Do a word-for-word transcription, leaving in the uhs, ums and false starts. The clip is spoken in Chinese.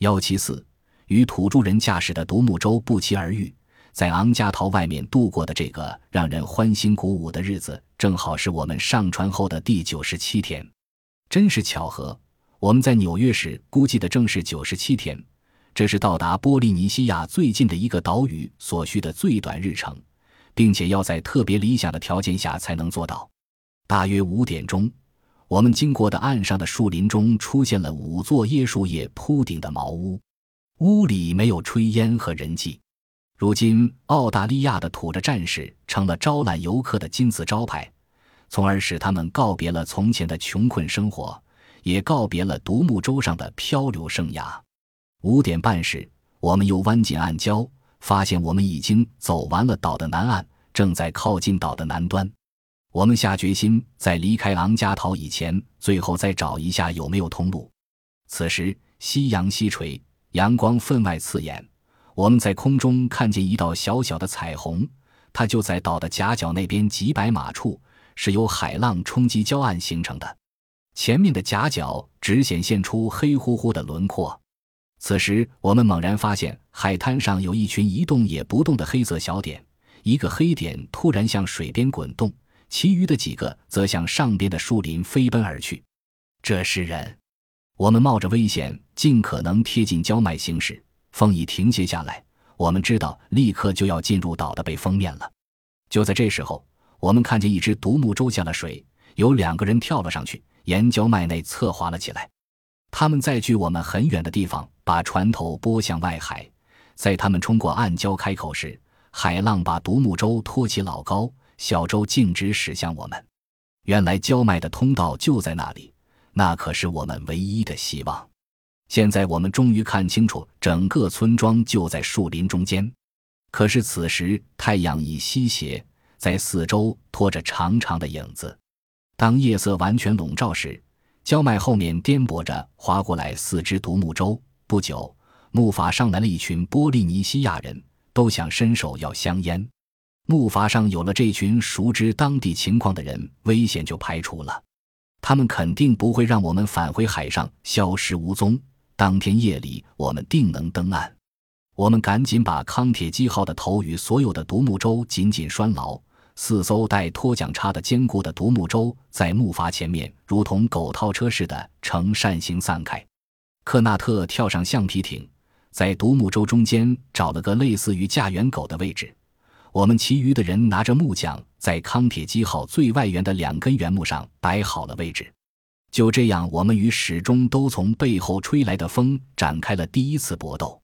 一七四与土著人驾驶的独木舟不期而遇，在昂加陶外面度过的这个让人欢欣鼓舞的日子，正好是我们上船后的第九十七天。真是巧合，我们在纽约时估计的正是九十七天，这是到达波利尼西亚最近的一个岛屿所需的最短日程，并且要在特别理想的条件下才能做到。大约五点钟，我们经过的岸上的树林中出现了五座椰树叶铺顶的茅屋，屋里没有炊烟和人迹。如今澳大利亚的土着战士成了招揽游客的金字招牌，从而使他们告别了从前的穷困生活，也告别了独木舟上的漂流生涯。五点半时，我们又弯进暗礁，发现我们已经走完了岛的南岸，正在靠近岛的南端。我们下决心在离开昂加陶以前，最后再找一下有没有通路。此时夕阳西垂，阳光分外刺眼，我们在空中看见一道小小的彩虹，它就在岛的夹角那边几百码处，是由海浪冲击礁岸形成的。前面的夹角只显现出黑乎乎的轮廓。此时我们猛然发现海滩上有一群一动也不动的黑色小点，一个黑点突然向水边滚动，其余的几个则向上边的树林飞奔而去。这是人。我们冒着危险尽可能贴近礁脉行驶，风已停歇下来，我们知道立刻就要进入岛的北风面了。就在这时候，我们看见一只独木舟下了水，有两个人跳了上去，沿礁脉内侧滑了起来。他们在距我们很远的地方把船头拨向外海，在他们冲过暗礁开口时，海浪把独木舟托起老高，小舟径直驶向我们。原来礁脉的通道就在那里，那可是我们唯一的希望。现在我们终于看清楚，整个村庄就在树林中间。可是此时太阳已西斜，在四周拖着长长的影子。当夜色完全笼罩时，礁脉后面颠簸着划过来四只独木舟。不久，木筏上来了一群波利尼西亚人，都想伸手要香烟。木筏上有了这群熟知当地情况的人，危险就排除了。他们肯定不会让我们返回海上消失无踪，当天夜里我们定能登岸。我们赶紧把康铁基号的头与所有的独木舟紧紧拴牢，四艘带拖桨叉的坚固的独木舟在木筏前面如同狗套车似的呈扇形散开。克纳特跳上橡皮艇，在独木舟中间找了个类似于驾辕狗的位置。我们其余的人拿着木桨，在康铁基号最外缘的两根圆木上摆好了位置。就这样，我们与始终都从背后吹来的风展开了第一次搏斗。